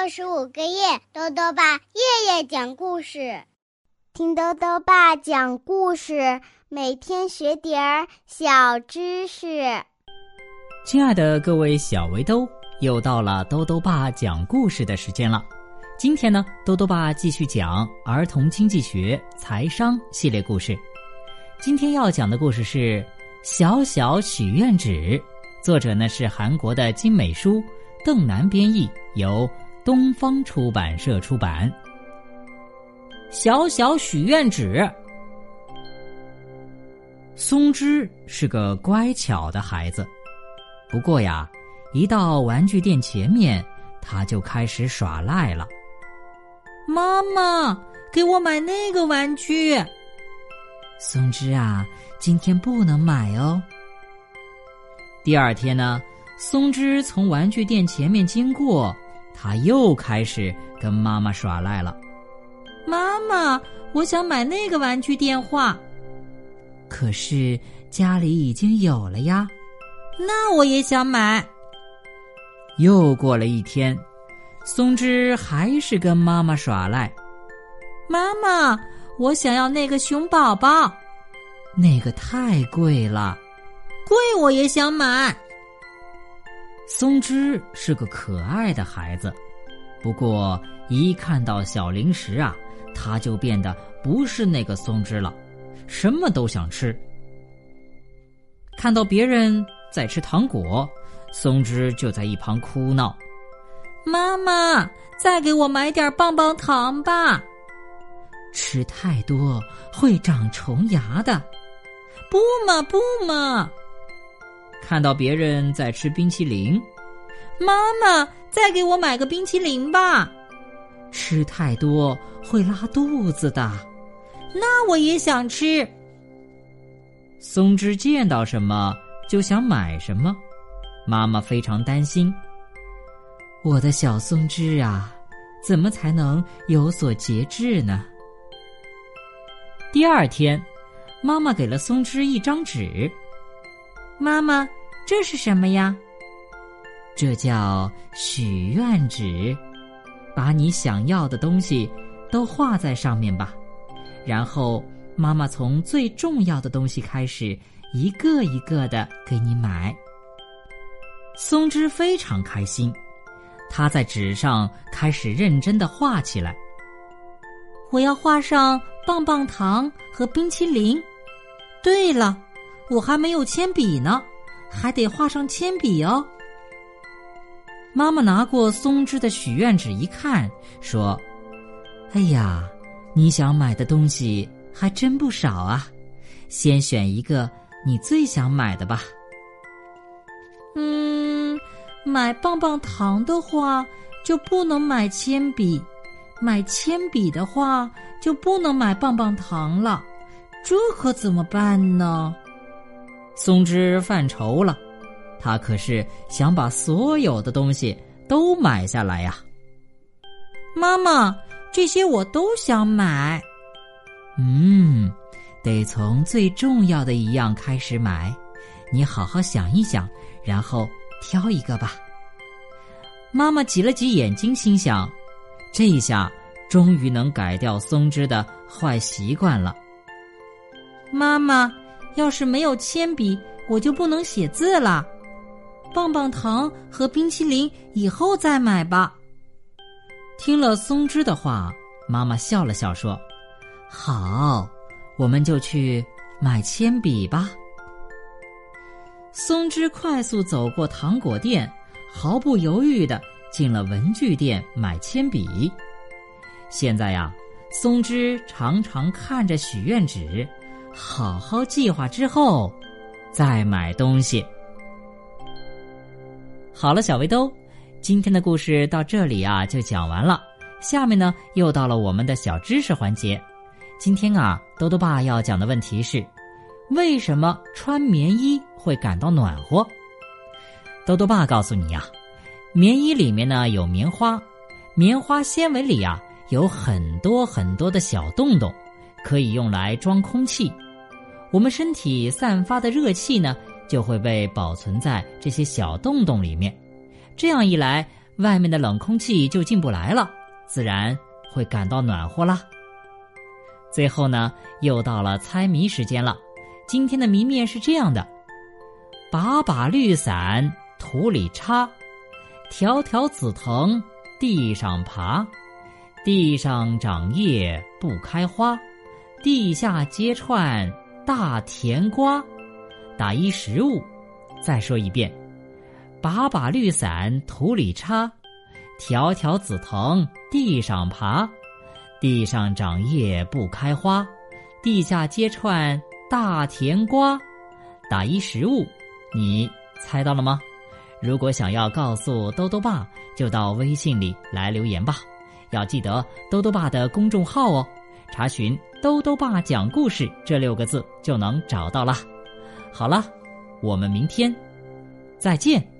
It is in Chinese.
65个夜，豆豆爸夜夜讲故事，听豆豆爸讲故事，每天学点儿小知识。 亲爱的各位小围兜，又到了豆豆爸讲故事的时间了。今天呢，豆豆爸继续讲儿童经济学财商系列故事。今天要讲的故事是小小许愿纸，作者呢是韩国的金美书，邓南编译，由东方出版社出版。小小许愿纸。松枝是个乖巧的孩子，不过呀，一到玩具店前面，他就开始耍赖了。妈妈，给我买那个玩具。松枝啊，今天不能买哦。第二天呢，松枝从玩具店前面经过，他又开始跟妈妈耍赖了。妈妈，我想买那个玩具电话。可是家里已经有了呀。那我也想买。又过了一天，松枝还是跟妈妈耍赖。妈妈，我想要那个熊宝宝。那个太贵了。贵我也想买。松枝是个可爱的孩子，不过一看到小零食啊，他就变得不是那个松枝了，什么都想吃。看到别人在吃糖果，松枝就在一旁哭闹。妈妈，再给我买点棒棒糖吧。吃太多会长虫牙的。不嘛不嘛。看到别人在吃冰淇淋，妈妈，再给我买个冰淇淋吧。吃太多会拉肚子的。那我也想吃。松枝见到什么就想买什么，妈妈非常担心。我的小松枝啊，怎么才能有所节制呢？第二天，妈妈给了松枝一张纸。妈妈，这是什么呀？这叫许愿纸，把你想要的东西都画在上面吧。然后妈妈从最重要的东西开始，一个一个的给你买。松枝非常开心，他在纸上开始认真地画起来。我要画上棒棒糖和冰淇淋。对了，我还没有铅笔呢，还得画上铅笔哦。妈妈拿过松枝的许愿纸一看，说：哎呀，你想买的东西还真不少啊，先选一个你最想买的吧。买棒棒糖的话就不能买铅笔，买铅笔的话就不能买棒棒糖了，这可怎么办呢？松枝犯愁了，他可是想把所有的东西都买下来呀。妈妈，这些我都想买。得从最重要的一样开始买，你好好想一想，然后挑一个吧。妈妈挤了挤眼睛，心想，这一下终于能改掉松枝的坏习惯了。妈妈，要是没有铅笔，我就不能写字了。棒棒糖和冰淇淋以后再买吧。听了松枝的话，妈妈笑了笑说：好，我们就去买铅笔吧。松枝快速走过糖果店，毫不犹豫地进了文具店买铅笔。现在呀，松枝常常看着许愿纸，好好计划之后再买东西。好了，小围兜，今天的故事到这里啊就讲完了。下面呢又到了我们的小知识环节。今天啊，豆豆爸要讲的问题是：为什么穿棉衣会感到暖和？豆豆爸告诉你啊，棉衣里面呢有棉花，棉花纤维里啊有很多很多的小洞洞，可以用来装空气。我们身体散发的热气呢，就会被保存在这些小洞洞里面。这样一来， 外面的冷空气就进不来了，自然会感到暖和啦。最后呢，又到了猜谜时间了。今天的谜面是这样的：把把绿伞土里插，条条紫藤地上爬，地上长叶不开花，地下结串大甜瓜。打一实物。再说一遍：把把绿伞土里插，条条紫藤地上爬，地上长叶不开花，地下结串大甜瓜。打一实物。你猜到了吗？如果想要告诉兜兜爸，就到微信里来留言吧。要记得兜兜爸的公众号哦，查询兜兜爸讲故事这6个字就能找到了。好了，我们明天再见。